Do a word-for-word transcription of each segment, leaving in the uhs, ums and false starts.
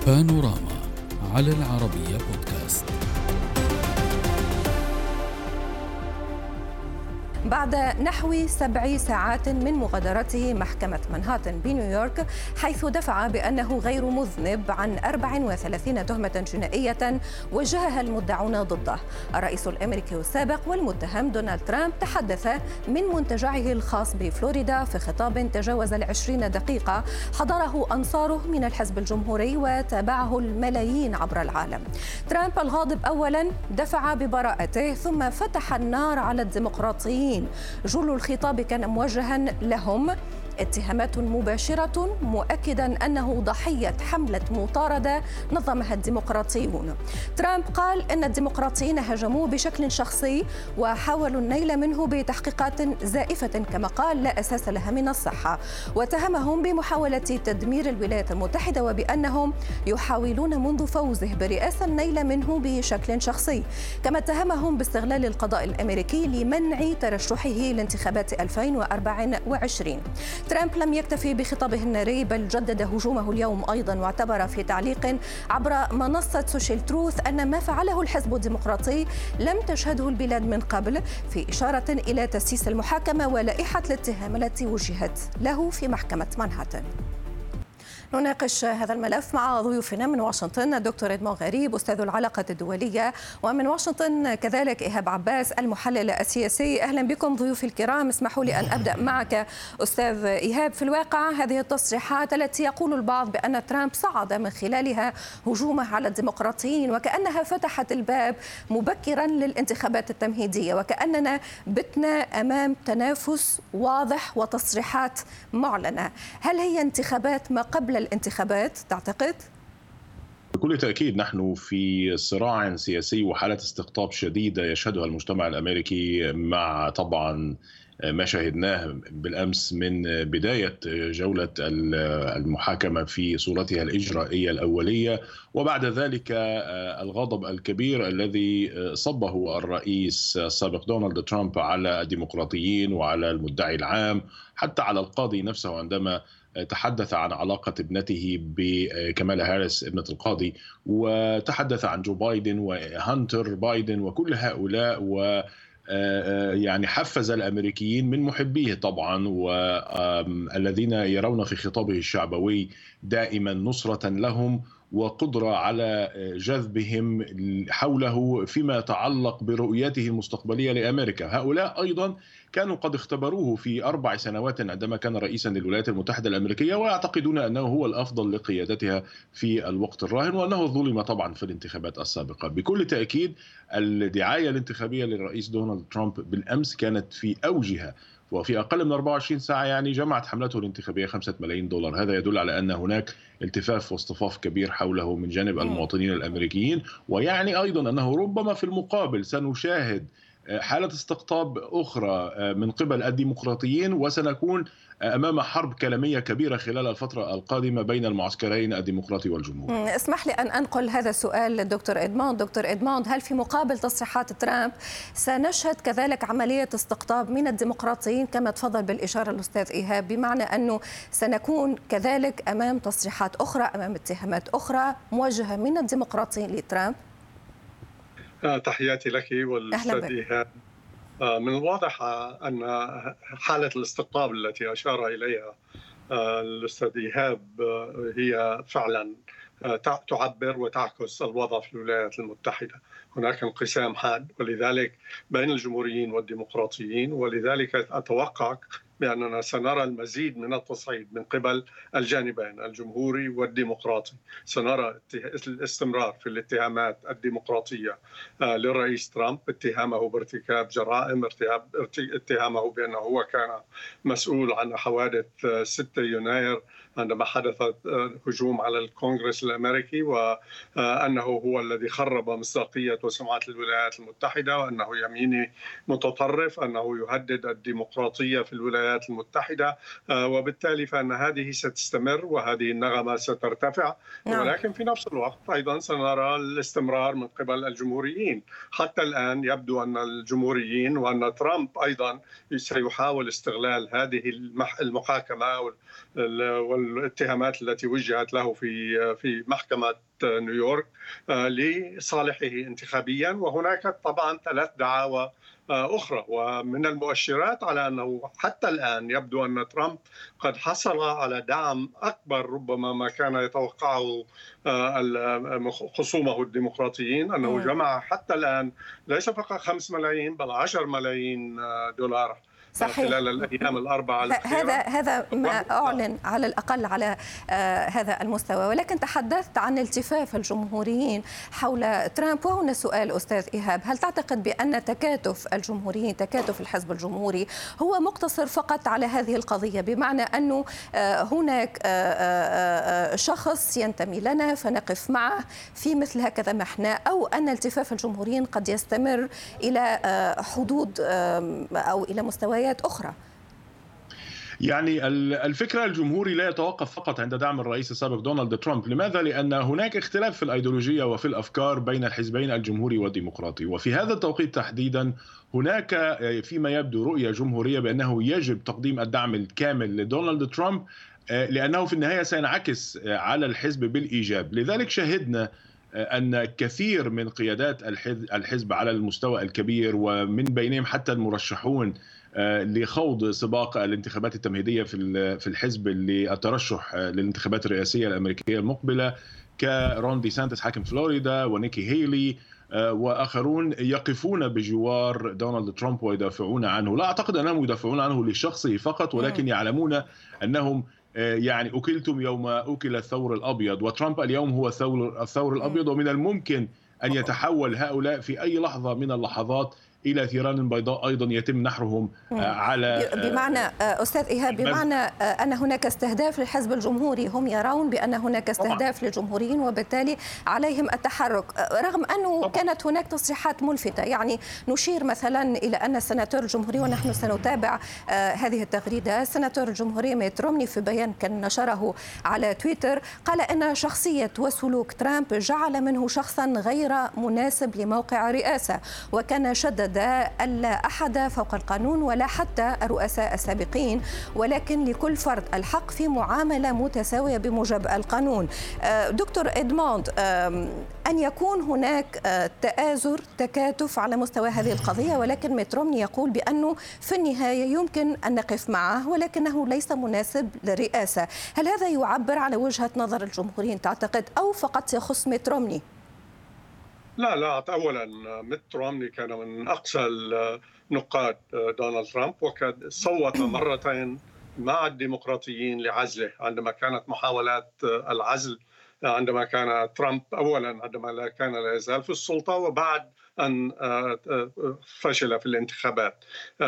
بانوراما على العربية بودكاست. بعد نحو سبع ساعات من مغادرته محكمة مانهاتن بنيويورك، حيث دفع بأنه غير مذنب عن أربع وثلاثين تهمة جنائية وجهها المدعون ضده، الرئيس الأمريكي السابق والمتهم دونالد ترامب تحدث من منتجعه الخاص بفلوريدا في خطاب تجاوز العشرين دقيقة حضره أنصاره من الحزب الجمهوري وتابعه الملايين عبر العالم. ترامب الغاضب أولا دفع ببراءته، ثم فتح النار على الديمقراطيين. جل الخطاب كان موجها لهم، اتهامات مباشرة، مؤكدا أنه ضحية حملة مطاردة نظمها الديمقراطيون. ترامب قال أن الديمقراطيين هاجموه بشكل شخصي وحاولوا النيل منه بتحقيقات زائفة كما قال لا أساس لها من الصحة، واتهمهم بمحاولة تدمير الولايات المتحدة وبأنهم يحاولون منذ فوزه برئاسة النيل منه بشكل شخصي، كما اتهمهم باستغلال القضاء الأمريكي لمنع ترشحه لانتخابات ألفين وأربعة وعشرين. ترامب لم يكتفي بخطابه الناري، بل جدد هجومه اليوم أيضا، واعتبر في تعليق عبر منصة سوشيال تروث أن ما فعله الحزب الديمقراطي لم تشهده البلاد من قبل، في إشارة إلى تسييس المحاكمة ولائحة الاتهام التي وجهت له في محكمة مانهاتن. نناقش هذا الملف مع ضيوفنا من واشنطن الدكتور إدمون غريب أستاذ العلاقات الدولية، ومن واشنطن كذلك إيهاب عباس المحلل السياسي. أهلا بكم ضيوفي الكرام. اسمحوا لي أن أبدأ معك أستاذ إيهاب. في الواقع هذه التصريحات التي يقول البعض بأن ترامب صعد من خلالها هجومه على الديمقراطيين وكأنها فتحت الباب مبكرا للانتخابات التمهيدية، وكأننا بتنا أمام تنافس واضح وتصريحات معلنة. هل هي انتخابات ما قبل الانتخابات تعتقد؟ بكل تأكيد نحن في صراع سياسي وحالة استقطاب شديدة يشهدها المجتمع الأمريكي، مع طبعا ما شاهدناه بالأمس من بداية جولة المحاكمة في صورتها الإجرائية الأولية، وبعد ذلك الغضب الكبير الذي صبه الرئيس السابق دونالد ترامب على الديمقراطيين وعلى المدعي العام، حتى على القاضي نفسه عندما تحدث عن علاقة ابنته بكمالا هاريس ابنة القاضي، وتحدث عن جو بايدن وهانتر بايدن وكل هؤلاء، و يعني حفز الأمريكيين من محبيه طبعا، والذين يرون في خطابه الشعبوي دائما نصرة لهم وقدرة على جذبهم حوله فيما يتعلق برؤيته المستقبلية لأمريكا. هؤلاء أيضا كانوا قد اختبروه في أربع سنوات عندما كان رئيسا للولايات المتحدة الأمريكية، ويعتقدون أنه هو الأفضل لقيادتها في الوقت الراهن، وأنه ظلم طبعا في الانتخابات السابقة. بكل تأكيد الدعاية الانتخابية للرئيس دونالد ترامب بالأمس كانت في أوجها، وفي أقل من أربعة وعشرين ساعة يعني جمعت حملته الانتخابية خمسة ملايين دولار. هذا يدل على أن هناك التفاف واصطفاف كبير حوله من جانب المواطنين الأمريكيين، ويعني أيضا أنه ربما في المقابل سنشاهد حالة استقطاب أخرى من قبل الديمقراطيين، وسنكون أمام حرب كلامية كبيرة خلال الفترة القادمة بين المعسكرين الديمقراطي والجمهوري. اسمح لي أن أنقل هذا السؤال للدكتور إدموند. دكتور إدموند، هل في مقابل تصريحات ترامب سنشهد كذلك عملية استقطاب من الديمقراطيين كما تفضل بالإشارة الأستاذ إيهاب، بمعنى أنه سنكون كذلك أمام تصريحات أخرى، أمام اتهامات أخرى موجهة من الديمقراطيين لترامب؟ تحياتي لك والأستاذ إيهاب. من الواضح أن حالة الاستقطاب التي أشار إليها الأستاذ إيهاب هي فعلا تعبر وتعكس الوضع في الولايات المتحدة. هناك انقسام حاد ولذلك بين الجمهوريين والديمقراطيين، ولذلك أتوقع بأننا سنرى المزيد من التصعيد من قبل الجانبين الجمهوري والديمقراطي. سنرى الاستمرار في الاتهامات الديمقراطية للرئيس ترامب، اتهامه بارتكاب جرائم، اتهامه بأنه هو كان مسؤول عن حوادث ستة يناير عندما حدث هجوم على الكونغرس الأمريكي، وأنه هو الذي خرب مصداقية وسمعة الولايات المتحدة، وأنه يميني متطرف، أنه يهدد الديمقراطية في الولايات الولايات المتحدة، وبالتالي فإن هذه ستستمر وهذه النغمة سترتفع. ولكن في نفس الوقت أيضا سنرى الاستمرار من قبل الجمهوريين. حتى الآن يبدو أن الجمهوريين وأن ترامب أيضا سيحاول استغلال هذه المحاكمة والاتهامات التي وجهت له في في محكمة نيويورك لصالحه انتخابيا. وهناك طبعا ثلاث دعاوى أخرى، ومن المؤشرات على أنه حتى الآن يبدو أن ترامب قد حصل على دعم أكبر ربما ما كان يتوقعه خصومه الديمقراطيين، أنه جمع حتى الآن ليس فقط خمس ملايين بل عشر ملايين دولار صحيح. خلال الأيام الأربعة الأخيرة. هذا هذا ما أعلن على الأقل على آه هذا المستوى. ولكن تحدثت عن التفاف الجمهوريين حول ترامب، وهنا سؤال أستاذ إيهاب: هل تعتقد بأن تكاتف الجمهوريين، تكاتف الحزب الجمهوري، هو مقتصر فقط على هذه القضية، بمعنى أنه آه هناك آه آه شخص ينتمي لنا فنقف معه في مثل هكذا محنة، أو أن التفاف الجمهوريين قد يستمر إلى آه حدود آه أو إلى مستويات أخرى؟ يعني الفكرة الجمهوري لا يتوقف فقط عند دعم الرئيس السابق دونالد ترامب. لماذا؟ لأن هناك اختلاف في الأيديولوجية وفي الأفكار بين الحزبين الجمهوري والديمقراطي، وفي هذا التوقيت تحديدا هناك فيما يبدو رؤية جمهورية بأنه يجب تقديم الدعم الكامل لدونالد ترامب، لأنه في النهاية سينعكس على الحزب بالإيجاب. لذلك شهدنا أن كثير من قيادات الحزب على المستوى الكبير، ومن بينهم حتى المرشحون لخوض سباق الانتخابات التمهيدية في الحزب للترشح للانتخابات الرئاسية الأمريكية المقبلة، كرون دي سانتس حاكم فلوريدا ونيكي هيلي وآخرون، يقفون بجوار دونالد ترامب ويدافعون عنه. لا أعتقد أنهم يدافعون عنه لشخصه فقط، ولكن يعلمون أنهم يعني أكلتم يوم أكل الثور الأبيض، وترامب اليوم هو الثور الأبيض، ومن الممكن أن يتحول هؤلاء في أي لحظة من اللحظات إلى ثيران بيضاء أيضا يتم نحرهم على بمعنى أستاذ إيهاب بمعنى أن هناك استهداف للحزب الجمهوري. هم يرون بأن هناك استهداف للجمهوريين وبالتالي عليهم التحرك، رغم أنه كانت هناك تصريحات ملفتة. يعني نشير مثلا إلى أن السناتور الجمهوري، ونحن سنتابع هذه التغريدة، السناتور الجمهوري ميت رومني في بيان كان نشره على تويتر قال أن شخصية وسلوك ترامب جعل منه شخصا غير مناسب لموقع الرئاسة، وكان شدد ألا أحد فوق القانون ولا حتى الرؤساء السابقين، ولكن لكل فرد الحق في معاملة متساوية بموجب القانون. دكتور إدموند، أن يكون هناك تآزر تكاتف على مستوى هذه القضية، ولكن ميت رومني يقول بأنه في النهاية يمكن أن نقف معه ولكنه ليس مناسب للرئاسة. هل هذا يعبر على وجهة نظر الجمهوريين تعتقد، أو فقط يخص ميت رومني؟ لا لا أولا ميت رومني كان من أقصى نقاد دونالد ترامب، وقد صوت مرتين مع الديمقراطيين لعزله عندما كانت محاولات العزل، عندما كان ترامب أولا عندما كان لا يزال في السلطة، وبعد أن فشل في الانتخابات.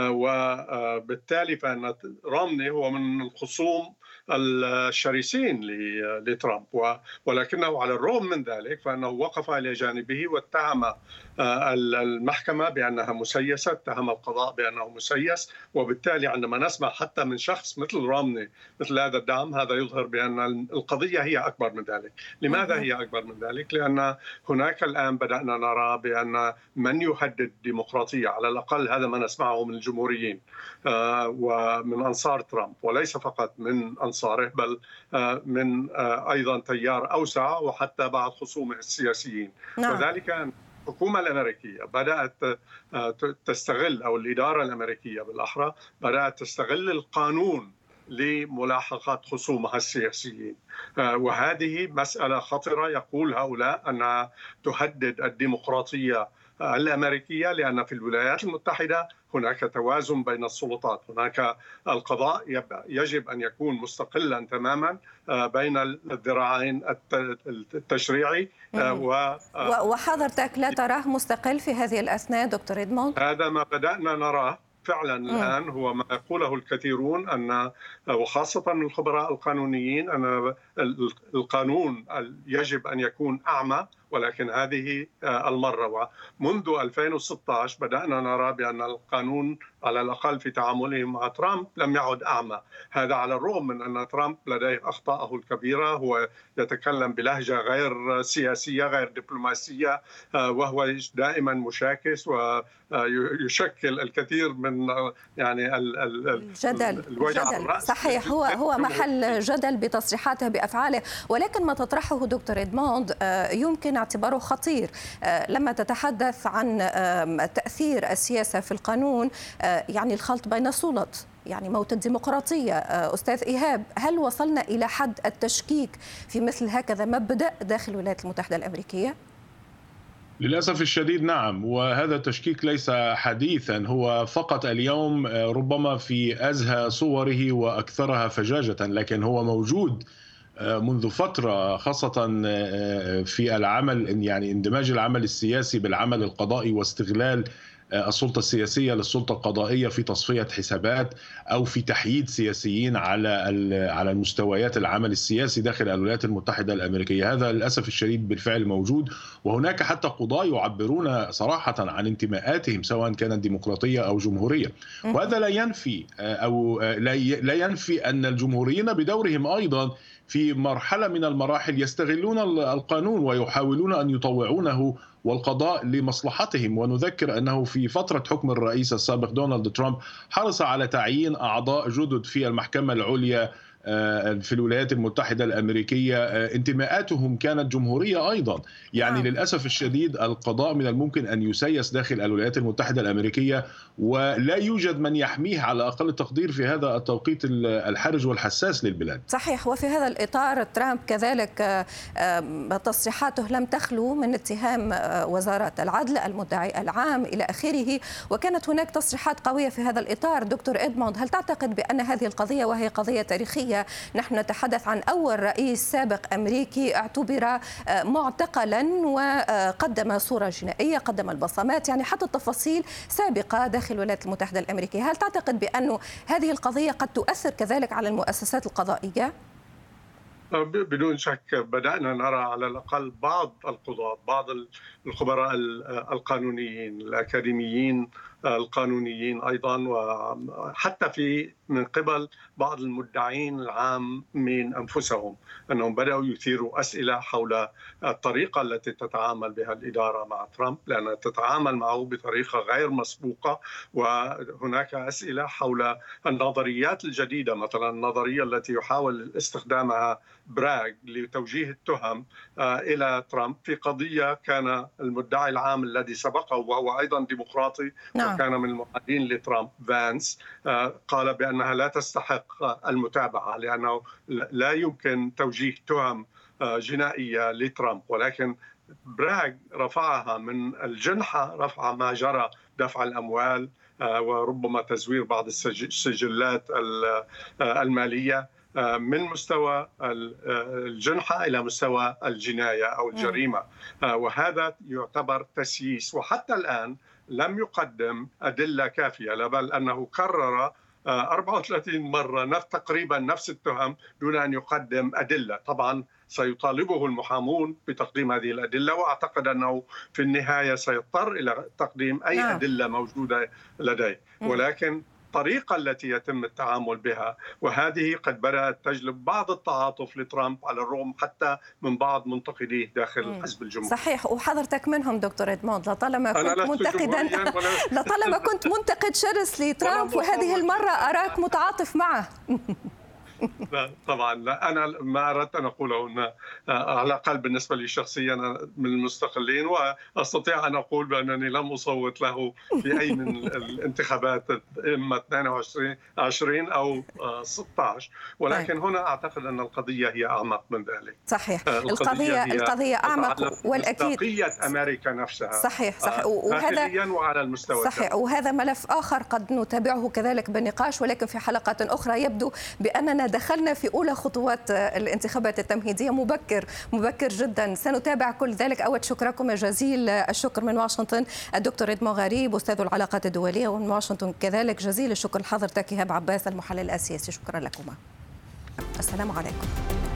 وبالتالي فإن رومني هو من الخصوم الشرسين لترامب، ولكنه على الرغم من ذلك فإنه وقف إلى جانبه واتهم المحكمة بأنها مسيسة، اتهم القضاء بأنه مسيس. وبالتالي عندما نسمع حتى من شخص مثل رومني مثل هذا الدعم، هذا يظهر بأن القضية هي أكبر من ذلك. لماذا هي أكبر من ذلك؟ لأن هناك الآن بدأنا نرى بأن من يهدد الديمقراطية، على الأقل هذا ما نسمعه من الجمهوريين ومن أنصار ترامب، وليس فقط من أنصاره بل من أيضا تيار أوسع وحتى بعض خصومه السياسيين. نعم. وذلك الحكومة الأمريكية بدأت تستغل، أو الإدارة الأمريكية بالأحرى بدأت تستغل القانون لملاحقة خصومها السياسيين، وهذه مسألة خطرة. يقول هؤلاء أنها تهدد الديمقراطية الأمريكيية، لأن في الولايات المتحدة هناك توازن بين السلطات، هناك القضاء يجب أن يكون مستقلا تماما بين الذراعين التشريعي و وحضرتك لا تراه مستقل في هذه الأثناء دكتور إدموند؟ هذا ما بدأنا نراه فعلا الآن، هو ما يقوله الكثيرون، أن وخاصة الخبراء القانونيين أن القانون يجب أن يكون أعمى ولكن هذه المرة منذ ألفين وستة عشر بدأنا نرى بأن القانون على الأقل في تعامله مع ترامب لم يعد أعمى. هذا على الرغم من أن ترامب لديه أخطاءه الكبيرة، هو يتكلم بلهجة غير سياسية غير دبلوماسية، وهو دائما مشاكس ويشكل الكثير من يعني الجدل. الجدل صحيح، هو هو محل جدل بتصريحاته بأفعاله، ولكن ما تطرحه دكتور إدموند يمكن اعتباره خطير لما تتحدث عن تأثير السياسة في القانون، يعني الخلط بين السلط، يعني موت الديمقراطية. أستاذ إيهاب، هل وصلنا إلى حد التشكيك في مثل هكذا مبدأ داخل الولايات المتحدة الأمريكية؟ للأسف الشديد نعم، وهذا التشكيك ليس حديثا، هو فقط اليوم ربما في أزهى صوره وأكثرها فجاجة، لكن هو موجود منذ فترة، خاصة في العمل، يعني اندماج العمل السياسي بالعمل القضائي واستغلال السلطة السياسية للسلطة القضائية في تصفية حسابات أو في تحييد سياسيين على على المستويات العمل السياسي داخل الولايات المتحدة الأمريكية. هذا للأسف الشديد بالفعل موجود، وهناك حتى قضاة يعبرون صراحة عن انتماءاتهم سواء كانت ديمقراطية أو جمهورية، وهذا لا ينفي أو لا ينفي أن الجمهوريين بدورهم أيضا في مرحلة من المراحل يستغلون القانون ويحاولون أن يطوعونه والقضاء لمصلحتهم. ونذكر أنه في فترة حكم الرئيس السابق دونالد ترامب حرص على تعيين أعضاء جدد في المحكمة العليا في الولايات المتحدة الأمريكية انتماءاتهم كانت جمهورية أيضا. يعني آه. للأسف الشديد القضاء من الممكن أن يسيس داخل الولايات المتحدة الأمريكية، ولا يوجد من يحميه على أقل التقدير في هذا التوقيت الحرج والحساس للبلاد. صحيح، وفي هذا الإطار ترامب كذلك تصريحاته لم تخلو من اتهام وزارة العدل، المدعي العام إلى آخره، وكانت هناك تصريحات قوية في هذا الإطار. دكتور إدموند، هل تعتقد بأن هذه القضية، وهي قضية تاريخية، نحن نتحدث عن أول رئيس سابق أمريكي اعتبر معتقلا وقدم صورة جنائية، قدم البصمات، يعني حتى التفاصيل سابقة داخل الولايات المتحدة الأمريكية، هل تعتقد بأن هذه القضية قد تؤثر كذلك على المؤسسات القضائية؟ بدون شك بدأنا نرى على الأقل بعض القضاة، بعض الخبراء القانونيين الأكاديميين القانونيين أيضا، وحتى في من قبل بعض المدعين العام من أنفسهم، أنهم بدأوا يثيروا أسئلة حول الطريقة التي تتعامل بها الإدارة مع ترامب، لأنها تتعامل معه بطريقة غير مسبوقة. وهناك أسئلة حول النظريات الجديدة، مثلا النظرية التي يحاول استخدامها براغ لتوجيه التهم إلى ترامب في قضية كان المدعي العام الذي سبقه وهو أيضا ديمقراطي نعم. وكان من المعادين لترامب، فانس، قال بأنها لا تستحق المتابعة لأنه لا يمكن توجيه تهم جنائية لترامب، ولكن براغ رفعها من الجنحة، رفع ما جرى، دفع الأموال وربما تزوير بعض السجلات المالية من مستوى الجنحة إلى مستوى الجناية أو الجريمة، وهذا يعتبر تسييس. وحتى الآن لم يقدم أدلة كافية، بل أنه كرر أربعة وثلاثين مرة نفس تقريبا نفس التهم دون أن يقدم أدلة. طبعا سيطالبه المحامون بتقديم هذه الأدلة، وأعتقد أنه في النهاية سيضطر إلى تقديم أي نعم. أدلة موجودة لديه، ولكن الطريقة التي يتم التعامل بها، وهذه قد بدأت تجلب بعض التعاطف لترامب على الرغم حتى من بعض منتقديه داخل حزب الجمهور. صحيح، وحضرتك منهم دكتور إدموند، لطالما كنت منتقدا لطالما كنت منتقد شرس لترامب، وهذه المرة أراك متعاطف معه. لا طبعا لا، أنا ما أردت أن أقوله أن على الأقل بالنسبة لي شخصيا أنا من المستقلين، وأستطيع أن أقول بأنني لم أصوت له في أي من الانتخابات إما اثنين وعشرين أو ستة عشر، ولكن هنا أعتقد أن القضية هي أعمق من ذلك. صحيح، القضية القضية أعمق، والأكيد مصداقية أمريكا نفسها. صحيح صحيح، وهذا وعلى المستوى صحيح الدولي. وهذا ملف آخر قد نتابعه كذلك بالنقاش، ولكن في حلقات أخرى. يبدو بأننا دخلنا في أولى خطوات الانتخابات التمهيدية مبكر مبكر جدا، سنتابع كل ذلك. أود شكركم جزيل الشكر من واشنطن الدكتور إدموند غريب أستاذ العلاقات الدولية، ومن واشنطن كذلك جزيل الشكر لحضرتك إيهاب عباس المحلل السياسي. شكرا لكما، السلام عليكم.